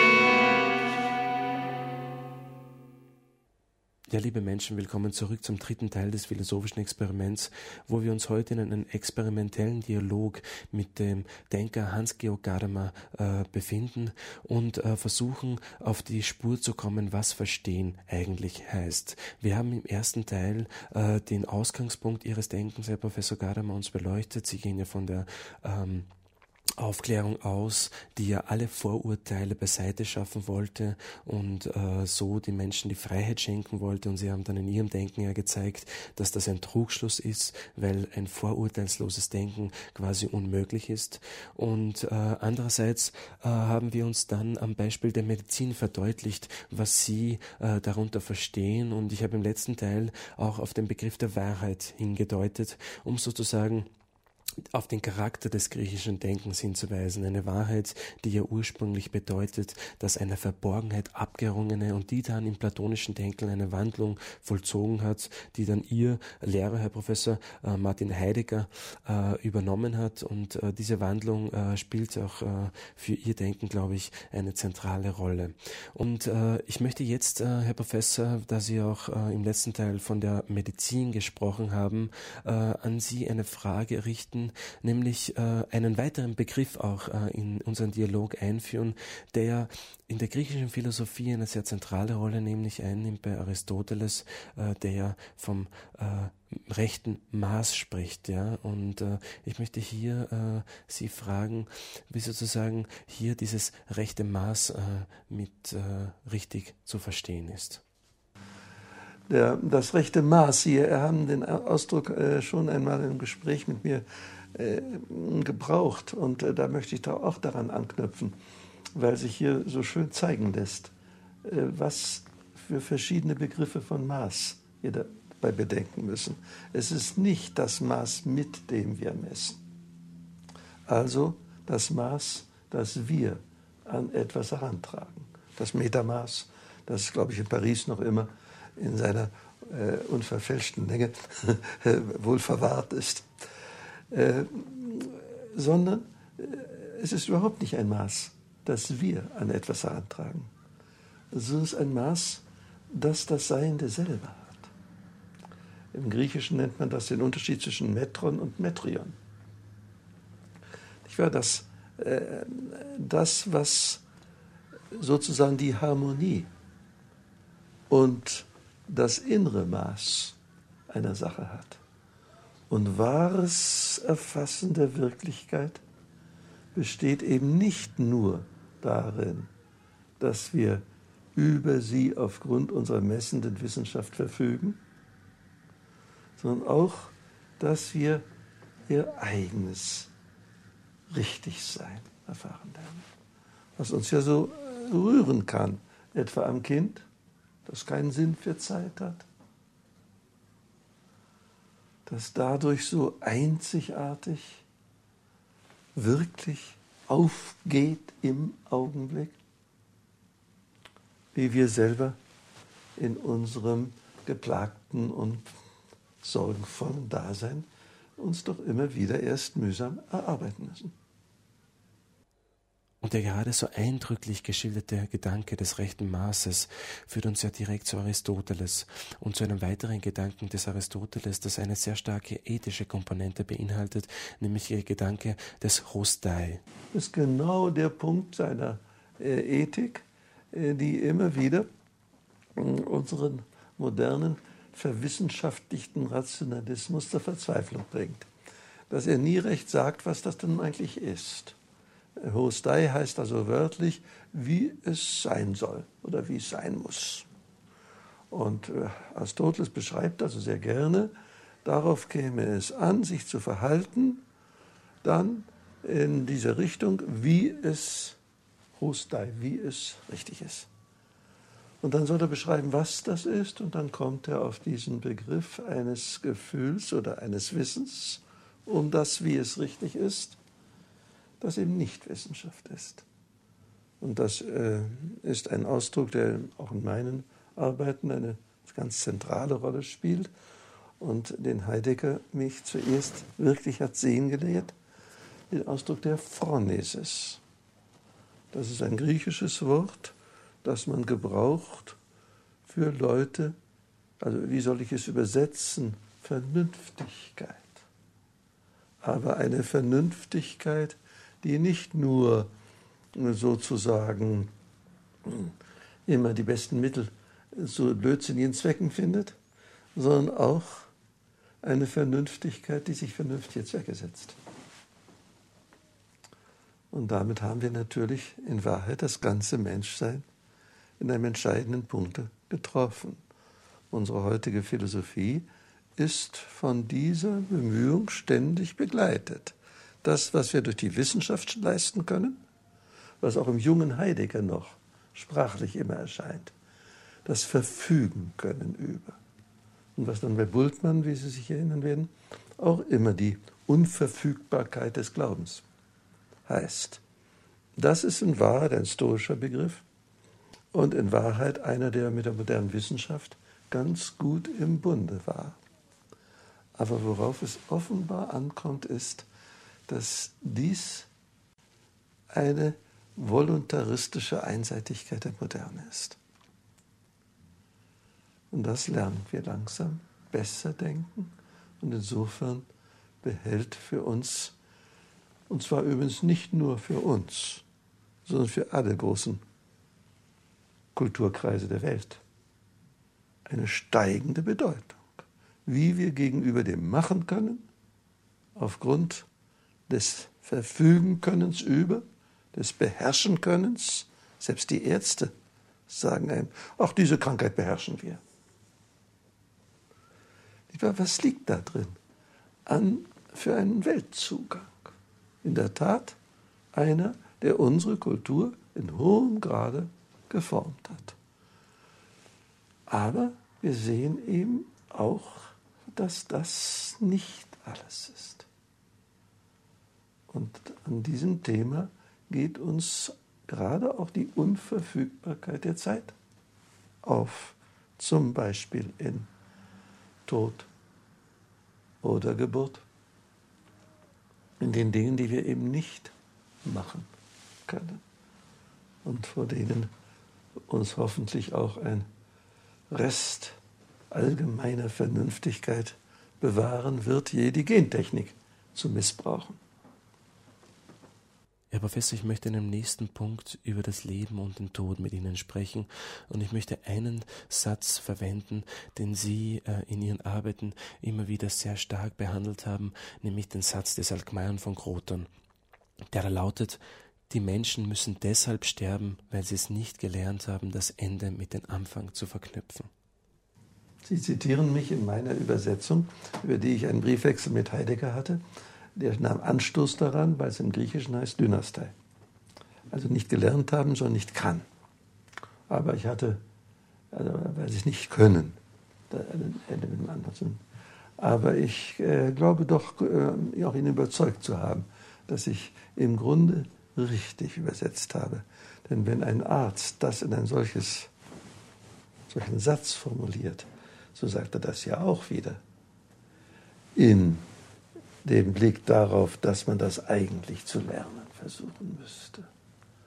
Ja, liebe Menschen, willkommen zurück zum dritten Teil des philosophischen Experiments, wo wir uns heute in einem experimentellen Dialog mit dem Denker Hans-Georg Gadamer befinden und versuchen, auf die Spur zu kommen, was Verstehen eigentlich heißt. Wir haben im ersten Teil den Ausgangspunkt Ihres Denkens, Herr Professor Gadamer, uns beleuchtet. Sie gehen ja von der Aufklärung aus, die ja alle Vorurteile beiseite schaffen wollte und so den Menschen die Freiheit schenken wollte. Und Sie haben dann in Ihrem Denken ja gezeigt, dass das ein Trugschluss ist, weil ein vorurteilsloses Denken quasi unmöglich ist. Und andererseits haben wir uns dann am Beispiel der Medizin verdeutlicht, was Sie darunter verstehen. Und ich habe im letzten Teil auch auf den Begriff der Wahrheit hingedeutet, um sozusagen auf den Charakter des griechischen Denkens hinzuweisen. Eine Wahrheit, die ja ursprünglich bedeutet, dass eine Verborgenheit abgerungene und die dann im platonischen Denken eine Wandlung vollzogen hat, die dann Ihr Lehrer, Herr Professor Martin Heidegger, übernommen hat. Und diese Wandlung spielt auch für Ihr Denken, glaube ich, eine zentrale Rolle. Und ich möchte jetzt, Herr Professor, da Sie auch im letzten Teil von der Medizin gesprochen haben, an Sie eine Frage richten, nämlich einen weiteren Begriff auch in unseren Dialog einführen, der in der griechischen Philosophie eine sehr zentrale Rolle nämlich einnimmt bei Aristoteles, der ja vom rechten Maß spricht. Ja? Und ich möchte hier Sie fragen, wie sozusagen hier dieses rechte Maß mit richtig zu verstehen ist. Das rechte Maß, Sie haben den Ausdruck schon einmal im Gespräch mit mir gebraucht und da möchte ich auch daran anknüpfen, weil sich hier so schön zeigen lässt, was für verschiedene Begriffe von Maß wir dabei bedenken müssen. Es ist nicht das Maß, mit dem wir messen. Also das Maß, das wir an etwas herantragen. Das Metermaß, das, glaube ich, in Paris noch immer in seiner unverfälschten Länge wohl verwahrt ist. Sondern es ist überhaupt nicht ein Maß, das wir an etwas herantragen. Es ist ein Maß, das das Seiende selber hat. Im Griechischen nennt man das den Unterschied zwischen Metron und Metrion. Ich war das, was sozusagen die Harmonie und das innere Maß einer Sache hat. Und wahres Erfassen der Wirklichkeit besteht eben nicht nur darin, dass wir über sie aufgrund unserer messenden Wissenschaft verfügen, sondern auch, dass wir ihr eigenes Richtigsein erfahren lernen. Was uns ja so rühren kann, etwa am Kind, das keinen Sinn für Zeit hat, das dadurch so einzigartig wirklich aufgeht im Augenblick, wie wir selber in unserem geplagten und sorgenvollen Dasein uns doch immer wieder erst mühsam erarbeiten müssen. Und der gerade so eindrücklich geschilderte Gedanke des rechten Maßes führt uns ja direkt zu Aristoteles und zu einem weiteren Gedanken des Aristoteles, das eine sehr starke ethische Komponente beinhaltet, nämlich der Gedanke des Hostai. Das ist genau der Punkt seiner Ethik, die immer wieder unseren modernen, verwissenschaftlichten Rationalismus zur Verzweiflung bringt. Dass er nie recht sagt, was das denn eigentlich ist. Hostai heißt also wörtlich, wie es sein soll oder wie es sein muss. Und Aristoteles beschreibt also sehr gerne, darauf käme es an, sich zu verhalten, dann in diese Richtung, wie es Hostai, wie es richtig ist. Und dann soll er beschreiben, was das ist, und dann kommt er auf diesen Begriff eines Gefühls oder eines Wissens um das, wie es richtig ist, das eben nicht Wissenschaft ist. Und das ist ein Ausdruck, der auch in meinen Arbeiten eine ganz zentrale Rolle spielt und den Heidegger mich zuerst wirklich hat sehen gelehrt, den Ausdruck der Phronesis. Das ist ein griechisches Wort, das man gebraucht für Leute, also wie soll ich es übersetzen? Vernünftigkeit. Aber eine Vernünftigkeit, die nicht nur sozusagen immer die besten Mittel zu blödsinnigen Zwecken findet, sondern auch eine Vernünftigkeit, die sich vernünftige Zwecke setzt. Und damit haben wir natürlich in Wahrheit das ganze Menschsein in einem entscheidenden Punkt getroffen. Unsere heutige Philosophie ist von dieser Bemühung ständig begleitet. Das, was wir durch die Wissenschaft leisten können, was auch im jungen Heidegger noch sprachlich immer erscheint, das Verfügen können über. Und was dann bei Bultmann, wie Sie sich erinnern werden, auch immer die Unverfügbarkeit des Glaubens heißt. Das ist in Wahrheit ein stoischer Begriff und in Wahrheit einer, der mit der modernen Wissenschaft ganz gut im Bunde war. Aber worauf es offenbar ankommt, ist, dass dies eine voluntaristische Einseitigkeit der Moderne ist. Und das lernen wir langsam besser denken und insofern behält für uns, und zwar übrigens nicht nur für uns, sondern für alle großen Kulturkreise der Welt, eine steigende Bedeutung, wie wir gegenüber dem Machen können, aufgrund des Verfügenkönnens über, des Beherrschenkönnens. Selbst die Ärzte sagen einem, ach, diese Krankheit beherrschen wir. Was liegt da drin? Für einen Weltzugang. In der Tat einer, der unsere Kultur in hohem Grade geformt hat. Aber wir sehen eben auch, dass das nicht alles ist. Und an diesem Thema geht uns gerade auch die Unverfügbarkeit der Zeit auf. Zum Beispiel in Tod oder Geburt. In den Dingen, die wir eben nicht machen können. Und vor denen uns hoffentlich auch ein Rest allgemeiner Vernünftigkeit bewahren wird, die Gentechnik zu missbrauchen. Herr Professor, ich möchte in einem nächsten Punkt über das Leben und den Tod mit Ihnen sprechen und ich möchte einen Satz verwenden, den Sie in Ihren Arbeiten immer wieder sehr stark behandelt haben, nämlich den Satz des Alkmaeon von Kroton, der lautet: Die Menschen müssen deshalb sterben, weil sie es nicht gelernt haben, das Ende mit dem Anfang zu verknüpfen. Sie zitieren mich in meiner Übersetzung, über die ich einen Briefwechsel mit Heidegger hatte. Der nahm Anstoß daran, weil es im Griechischen heißt Dynastai. Also nicht gelernt haben, sondern nicht kann. Aber ich hatte, weil sie es nicht können, Ende mit dem Anfang. Aber ich glaube doch, auch ihn überzeugt zu haben, dass ich im Grunde richtig übersetzt habe. Denn wenn ein Arzt das in solchen Satz formuliert, so sagt er das ja auch wieder. In dem Blick darauf, dass man das eigentlich zu lernen versuchen müsste.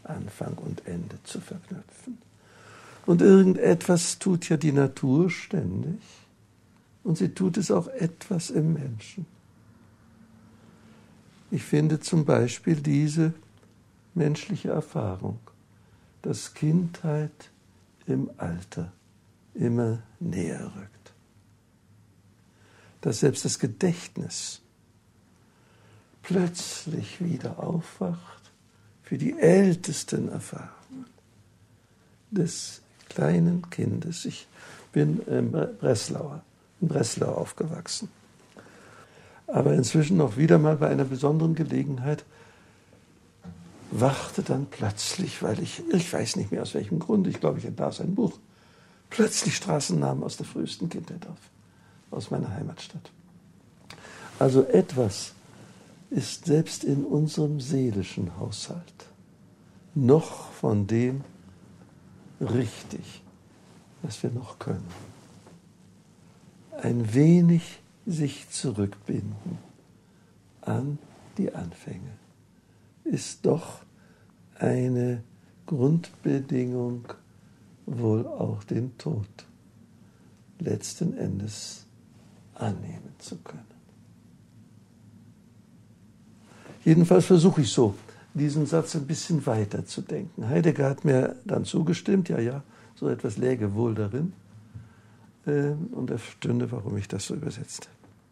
Anfang und Ende zu verknüpfen. Und irgendetwas tut ja die Natur ständig und sie tut es auch etwas im Menschen. Ich finde zum Beispiel diese menschliche Erfahrung, dass Kindheit im Alter immer näher rückt. Dass selbst das Gedächtnis plötzlich wieder aufwacht für die ältesten Erfahrungen des kleinen Kindes. Ich bin in Breslau aufgewachsen. Aber inzwischen noch wieder mal bei einer besonderen Gelegenheit wachte dann plötzlich, weil ich weiß nicht mehr aus welchem Grund, ich glaube, ich las ein Buch, plötzlich Straßennamen aus der frühesten Kindheit auf, aus meiner Heimatstadt. Also etwas ist selbst in unserem seelischen Haushalt noch von dem richtig, was wir noch können. Ein wenig sich zurückbinden an die Anfänge ist doch eine Grundbedingung, wohl auch den Tod letzten Endes annehmen zu können. Jedenfalls versuche ich so, diesen Satz ein bisschen weiter zu denken. Heidegger hat mir dann zugestimmt, ja, so etwas läge wohl darin. Und er stünde, warum ich das so übersetzte.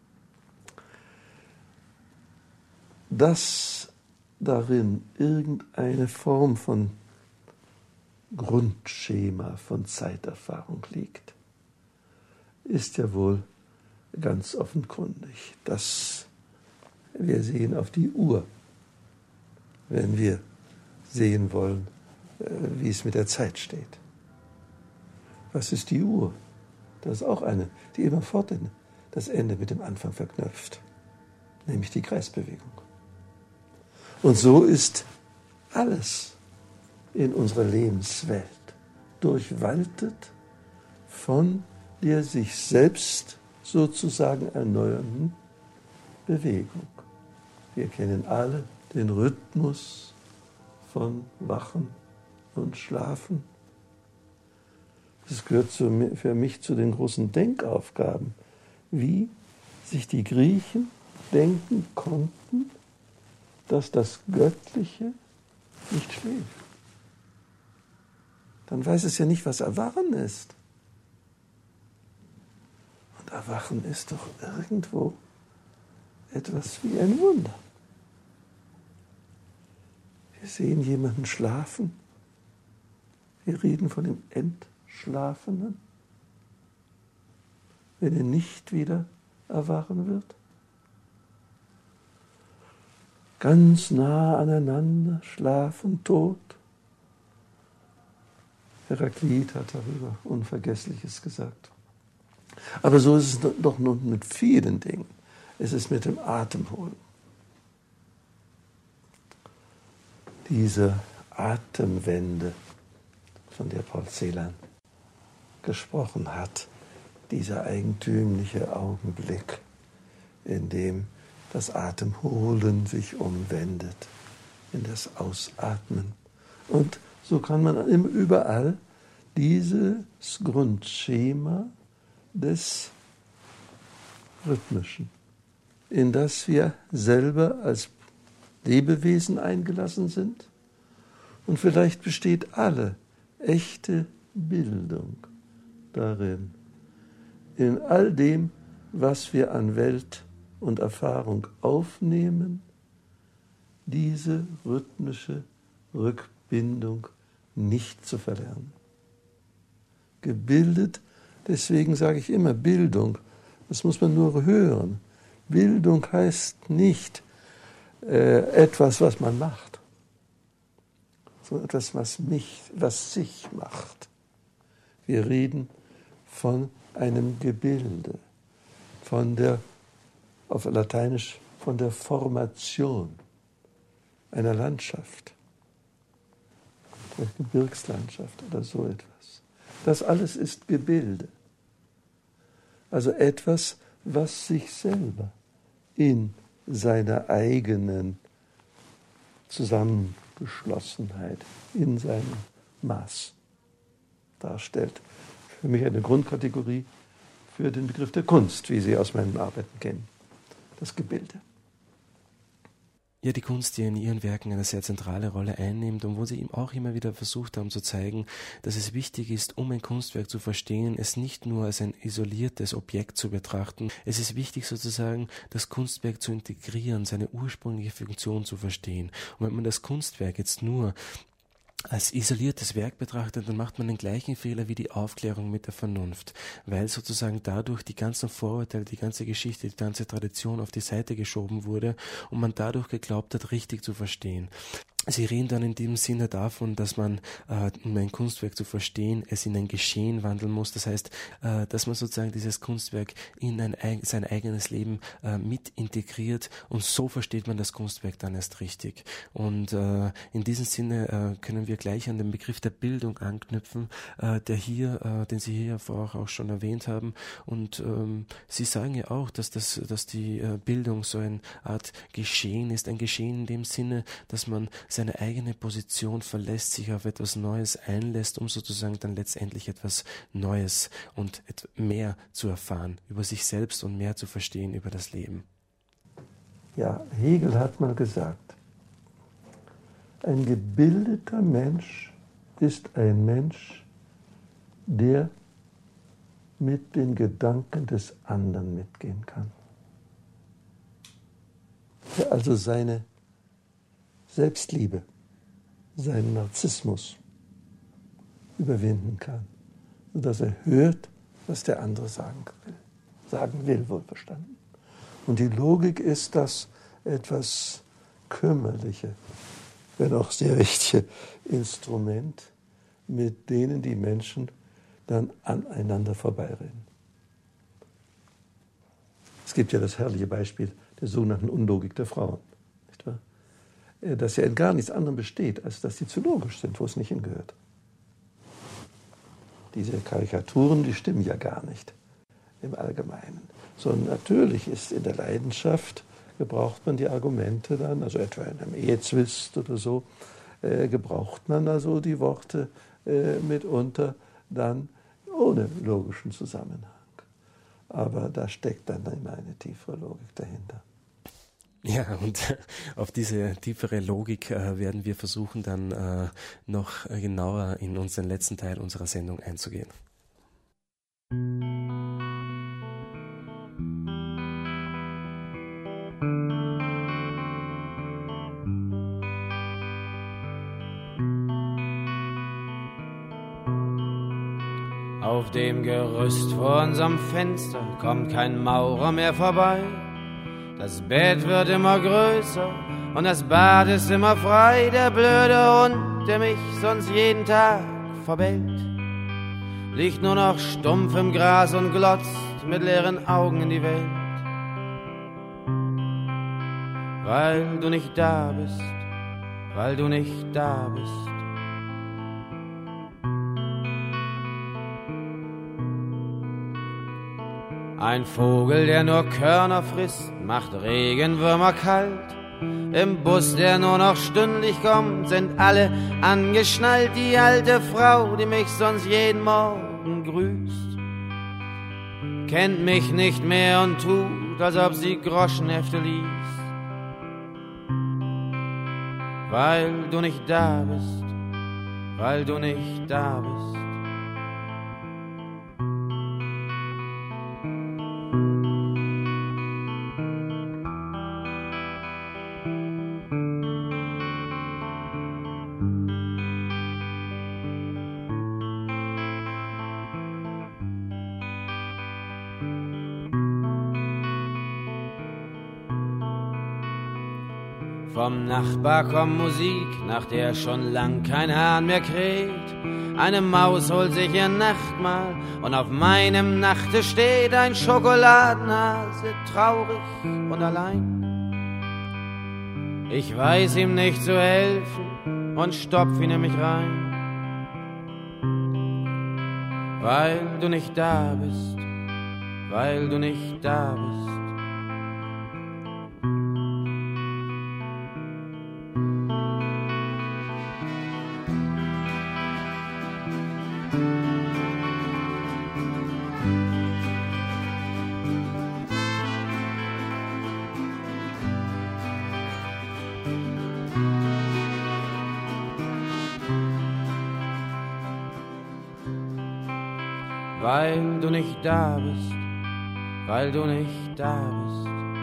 Dass darin irgendeine Form von Grundschema, von Zeiterfahrung liegt, ist ja wohl ganz offenkundig. Dass wir sehen auf die Uhr, wenn wir sehen wollen, wie es mit der Zeit steht. Was ist die Uhr? Das ist auch eine, die immerfort das Ende mit dem Anfang verknüpft, nämlich die Kreisbewegung. Und so ist alles in unserer Lebenswelt durchwaltet von der sich selbst sozusagen erneuernden Bewegung. Wir kennen alle den Rhythmus von Wachen und Schlafen. Das gehört für mich zu den großen Denkaufgaben, wie sich die Griechen denken konnten, dass das Göttliche nicht schläft. Dann weiß es ja nicht, was Erwachen ist. Und Erwachen ist doch irgendwo etwas wie ein Wunder. Wir sehen jemanden schlafen. Wir reden von dem Entschlafenen, wenn er nicht wieder erwachen wird. Ganz nah aneinander, schlafen, tot. Heraklit hat darüber Unvergessliches gesagt. Aber so ist es doch nun mit vielen Dingen. Es ist mit dem Atemholen. Diese Atemwende, von der Paul Celan gesprochen hat, dieser eigentümliche Augenblick, in dem das Atemholen sich umwendet in das Ausatmen. Und so kann man überall dieses Grundschema des Rhythmischen, in das wir selber als Lebewesen eingelassen sind. Und vielleicht besteht alle echte Bildung darin, in all dem, was wir an Welt und Erfahrung aufnehmen, diese rhythmische Rückbindung nicht zu verlernen. Gebildet, deswegen sage ich immer Bildung, das muss man nur hören. Bildung heißt nicht etwas, was man macht, sondern etwas, was sich macht. Wir reden von einem Gebilde, auf Lateinisch von der Formation einer Landschaft, der Gebirgslandschaft oder so etwas. Das alles ist Gebilde. Also etwas, was sich selber in seiner eigenen Geschlossenheit in seinem Maß darstellt. Für mich eine Grundkategorie für den Begriff der Kunst, wie Sie aus meinen Arbeiten kennen, das Gebilde. Ja, die Kunst, die in ihren Werken eine sehr zentrale Rolle einnimmt und wo sie ihm auch immer wieder versucht haben zu zeigen, dass es wichtig ist, um ein Kunstwerk zu verstehen, es nicht nur als ein isoliertes Objekt zu betrachten. Es ist wichtig sozusagen, das Kunstwerk zu integrieren, seine ursprüngliche Funktion zu verstehen. Und wenn man das Kunstwerk jetzt nur als isoliertes Werk betrachtet, dann macht man den gleichen Fehler wie die Aufklärung mit der Vernunft, weil sozusagen dadurch die ganzen Vorurteile, die ganze Geschichte, die ganze Tradition auf die Seite geschoben wurde und man dadurch geglaubt hat, richtig zu verstehen. Sie reden dann in diesem Sinne davon, dass man, um ein Kunstwerk zu verstehen, es in ein Geschehen wandeln muss. Das heißt, dass man sozusagen dieses Kunstwerk in sein eigenes Leben mit integriert und so versteht man das Kunstwerk dann erst richtig. Und in diesem Sinne können wir gleich an den Begriff der Bildung anknüpfen, den Sie hier vorher auch schon erwähnt haben. Und Sie sagen ja auch, dass die Bildung so eine Art Geschehen ist, ein Geschehen in dem Sinne, dass man seine eigene Position verlässt, sich auf etwas Neues einlässt, um sozusagen dann letztendlich etwas Neues und mehr zu erfahren über sich selbst und mehr zu verstehen über das Leben. Ja, Hegel hat mal gesagt, ein gebildeter Mensch ist ein Mensch, der mit den Gedanken des anderen mitgehen kann. Der also seine Selbstliebe, seinen Narzissmus überwinden kann, sodass er hört, was der andere sagen will, wohlverstanden. Und die Logik ist das etwas kümmerliche, wenn auch sehr richtige Instrument, mit denen die Menschen dann aneinander vorbeireden. Es gibt ja das herrliche Beispiel der sogenannten Unlogik der Frauen, nicht wahr? Das ja in gar nichts anderem besteht, als dass sie zu logisch sind, wo es nicht hingehört. Diese Karikaturen, die stimmen ja gar nicht im Allgemeinen. Sondern natürlich ist in der Leidenschaft, gebraucht man die Argumente dann, also etwa in einem Ehezwist oder so, gebraucht man also die Worte mitunter dann ohne logischen Zusammenhang. Aber da steckt dann immer eine tiefere Logik dahinter. Ja, und auf diese tiefere Logik werden wir versuchen, dann noch genauer in unseren letzten Teil unserer Sendung einzugehen. Auf dem Gerüst vor unserem Fenster kommt kein Maurer mehr vorbei. Das Bett wird immer größer und das Bad ist immer frei. Der blöde Hund, der mich sonst jeden Tag verbellt, liegt nur noch stumpf im Gras und glotzt mit leeren Augen in die Welt. Weil du nicht da bist, weil du nicht da bist. Ein Vogel, der nur Körner frisst, macht Regenwürmer kalt. Im Bus, der nur noch stündlich kommt, sind alle angeschnallt. Die alte Frau, die mich sonst jeden Morgen grüßt, kennt mich nicht mehr und tut, als ob sie Groschenhefte liest. Weil du nicht da bist, weil du nicht da bist. Vom Nachbar kommt Musik, nach der schon lang kein Hahn mehr kräht. Eine Maus holt sich ihr Nachtmahl und auf meinem Nachttisch steht ein Schokoladenhase, traurig und allein. Ich weiß ihm nicht zu helfen und stopf ihn in mich rein. Weil du nicht da bist, weil du nicht da bist. Weil du nicht da bist, weil du nicht da bist,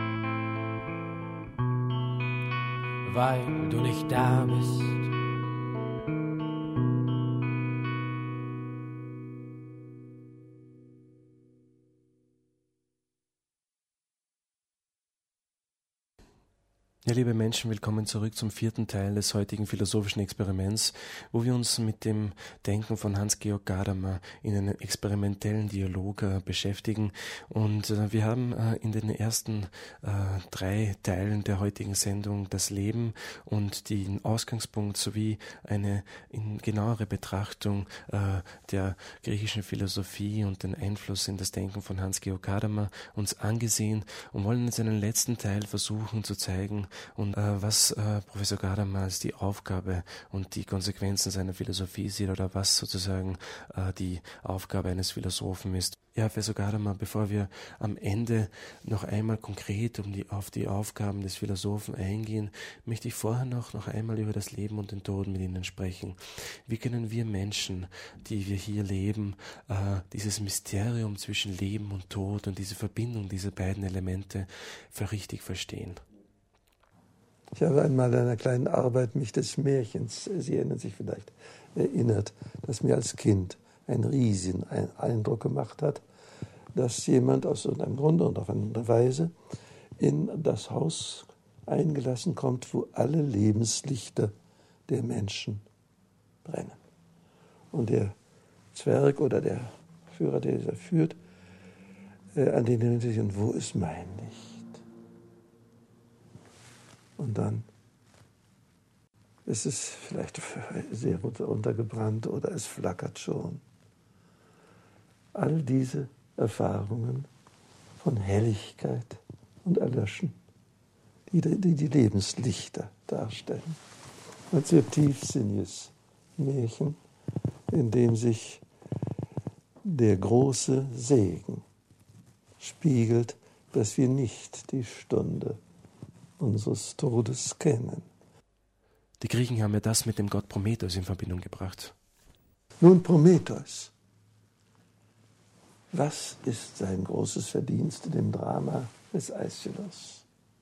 weil du nicht da bist. Ja, liebe Menschen, willkommen zurück zum 4. Teil des heutigen philosophischen Experiments, wo wir uns mit dem Denken von Hans-Georg Gadamer in einem experimentellen Dialog beschäftigen. Und wir haben in den ersten 3 Teilen der heutigen Sendung das Leben und den Ausgangspunkt sowie eine genauere Betrachtung der griechischen Philosophie und den Einfluss in das Denken von Hans-Georg Gadamer uns angesehen und wollen jetzt in den letzten Teil versuchen zu zeigen, und was Professor Gadamer als die Aufgabe und die Konsequenzen seiner Philosophie sieht oder was sozusagen die Aufgabe eines Philosophen ist. Ja, Professor Gadamer, bevor wir am Ende noch einmal konkret auf die Aufgaben des Philosophen eingehen, möchte ich vorher noch einmal über das Leben und den Tod mit Ihnen sprechen. Wie können wir Menschen, die wir hier leben, dieses Mysterium zwischen Leben und Tod und diese Verbindung dieser beiden Elemente für richtig verstehen? Ich habe einmal in einer kleinen Arbeit mich des Märchens, Sie erinnern sich vielleicht, erinnert, das mir als Kind einen riesigen Eindruck gemacht hat, dass jemand aus irgendeinem Grunde und auf eine andere Weise in das Haus eingelassen kommt, wo alle Lebenslichter der Menschen brennen. Und der Zwerg oder der Führer, der dieser führt, an den erinnert sich, und wo ist mein Licht? Und dann ist es vielleicht sehr untergebrannt oder es flackert schon. All diese Erfahrungen von Helligkeit und Erlöschen, die Lebenslichter darstellen. Ein sehr tiefsinniges Märchen, in dem sich der große Segen spiegelt, dass wir nicht die Stunde unseres Todes kennen. Die Griechen haben ja das mit dem Gott Prometheus in Verbindung gebracht. Nun, Prometheus. Was ist sein großes Verdienst in dem Drama des Aeschylus?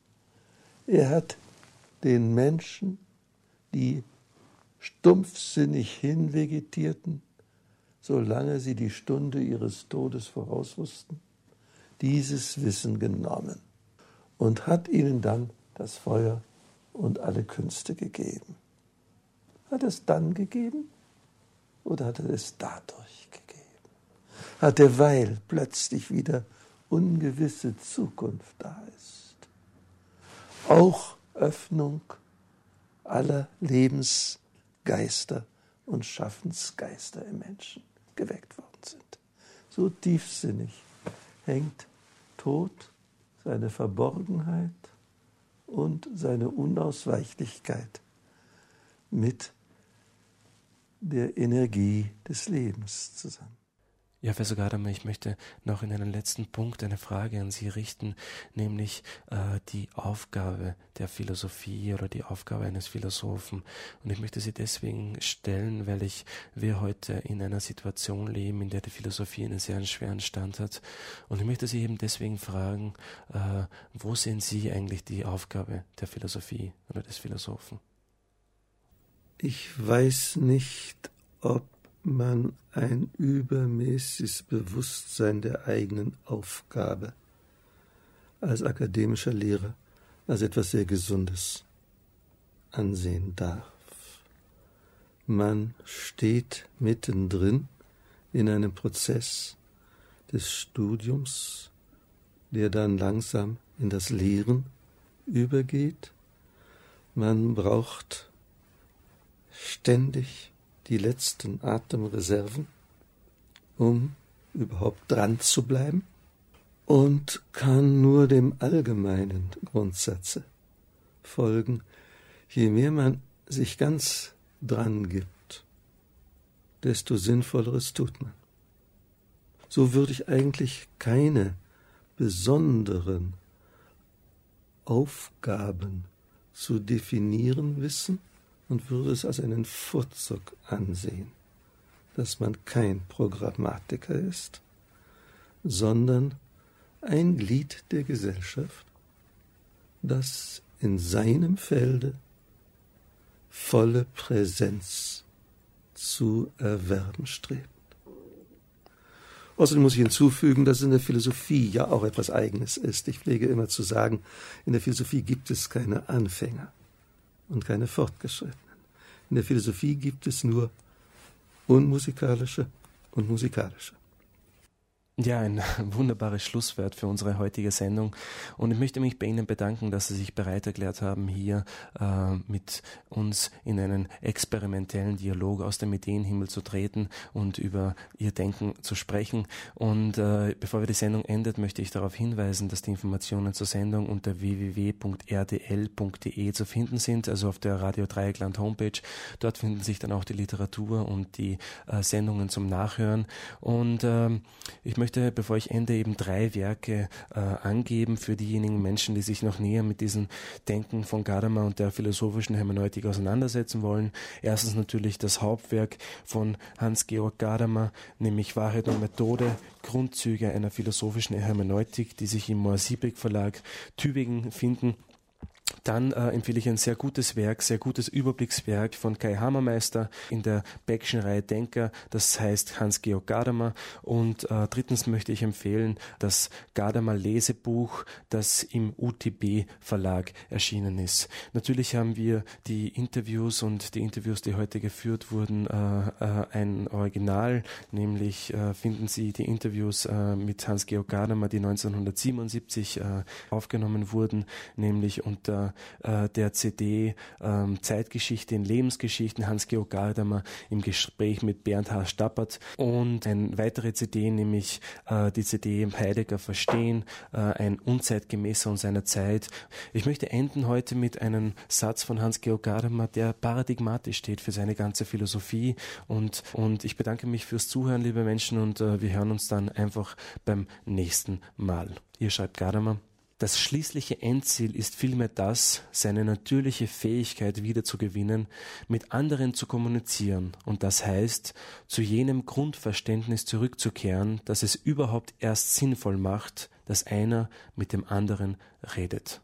Er hat den Menschen, die stumpfsinnig hinvegetierten, solange sie die Stunde ihres Todes vorauswussten, dieses Wissen genommen und hat ihnen dann das Feuer und alle Künste gegeben. Hat er es dann gegeben oder hat er es dadurch gegeben? Hat er, weil plötzlich wieder ungewisse Zukunft da ist, auch Öffnung aller Lebensgeister und Schaffensgeister im Menschen geweckt worden sind. So tiefsinnig hängt Tod, seine Verborgenheit und seine Unausweichlichkeit mit der Energie des Lebens zusammen. Ja, Professor Gadamer, ich möchte noch in einem letzten Punkt eine Frage an Sie richten, nämlich die Aufgabe der Philosophie oder die Aufgabe eines Philosophen. Und ich möchte sie deswegen stellen, weil wir heute in einer Situation leben, in der die Philosophie einen sehr schweren Stand hat. Und ich möchte Sie eben deswegen fragen, wo sehen Sie eigentlich die Aufgabe der Philosophie oder des Philosophen? Ich weiß nicht, ob man ein übermäßiges Bewusstsein der eigenen Aufgabe als akademischer Lehrer als etwas sehr Gesundes ansehen darf. Man steht mittendrin in einem Prozess des Studiums, der dann langsam in das Lehren übergeht. Man braucht ständig die letzten Atemreserven, um überhaupt dran zu bleiben, und kann nur dem allgemeinen Grundsatze folgen. Je mehr man sich ganz dran gibt, desto Sinnvolleres tut man. So würde ich eigentlich keine besonderen Aufgaben zu definieren wissen und würde es als einen Vorzug ansehen, dass man kein Programmatiker ist, sondern ein Glied der Gesellschaft, das in seinem Felde volle Präsenz zu erwerben strebt. Außerdem muss ich hinzufügen, dass in der Philosophie ja auch etwas Eigenes ist. Ich pflege immer zu sagen, in der Philosophie gibt es keine Anfänger und keine Fortgeschrittenen. In der Philosophie gibt es nur unmusikalische und musikalische. Ja, ein wunderbares Schlusswort für unsere heutige Sendung. Und ich möchte mich bei Ihnen bedanken, dass Sie sich bereit erklärt haben, hier mit uns in einen experimentellen Dialog aus dem Ideenhimmel zu treten und über Ihr Denken zu sprechen. Und bevor wir die Sendung endet, möchte ich darauf hinweisen, dass die Informationen zur Sendung unter www.rdl.de zu finden sind, also auf der Radio Dreieckland Homepage. Dort finden sich dann auch die Literatur und die Sendungen zum Nachhören. Und ich möchte, bevor ich ende, eben 3 Werke angeben für diejenigen Menschen, die sich noch näher mit diesem Denken von Gadamer und der philosophischen Hermeneutik auseinandersetzen wollen. Erstens natürlich das Hauptwerk von Hans-Georg Gadamer, nämlich Wahrheit und Methode, Grundzüge einer philosophischen Hermeneutik, die sich im Mohr-Siebeck Verlag Tübingen finden. Dann empfehle ich ein sehr gutes Werk, sehr gutes Überblickswerk von Kai Hammermeister in der Beckschen Reihe Denker, das heißt Hans-Georg Gadamer. Und drittens möchte ich empfehlen das Gadamer Lesebuch, das im UTB Verlag erschienen ist. Natürlich haben wir die Interviews und die Interviews, die heute geführt wurden, ein Original, nämlich finden Sie die Interviews mit Hans-Georg Gadamer, die 1977 aufgenommen wurden, nämlich unter der CD Zeitgeschichte in Lebensgeschichten, Hans-Georg Gadamer im Gespräch mit Bernd H. Stappert, und eine weitere CD, nämlich die CD Heidegger Verstehen, ein Unzeitgemäßer und seiner Zeit. Ich möchte enden heute mit einem Satz von Hans-Georg Gadamer, der paradigmatisch steht für seine ganze Philosophie, und ich bedanke mich fürs Zuhören, liebe Menschen, und wir hören uns dann einfach beim nächsten Mal. Hier schreibt Gadamer: Das schließliche Endziel ist vielmehr das, seine natürliche Fähigkeit wiederzugewinnen, mit anderen zu kommunizieren, und das heißt, zu jenem Grundverständnis zurückzukehren, das es überhaupt erst sinnvoll macht, dass einer mit dem anderen redet.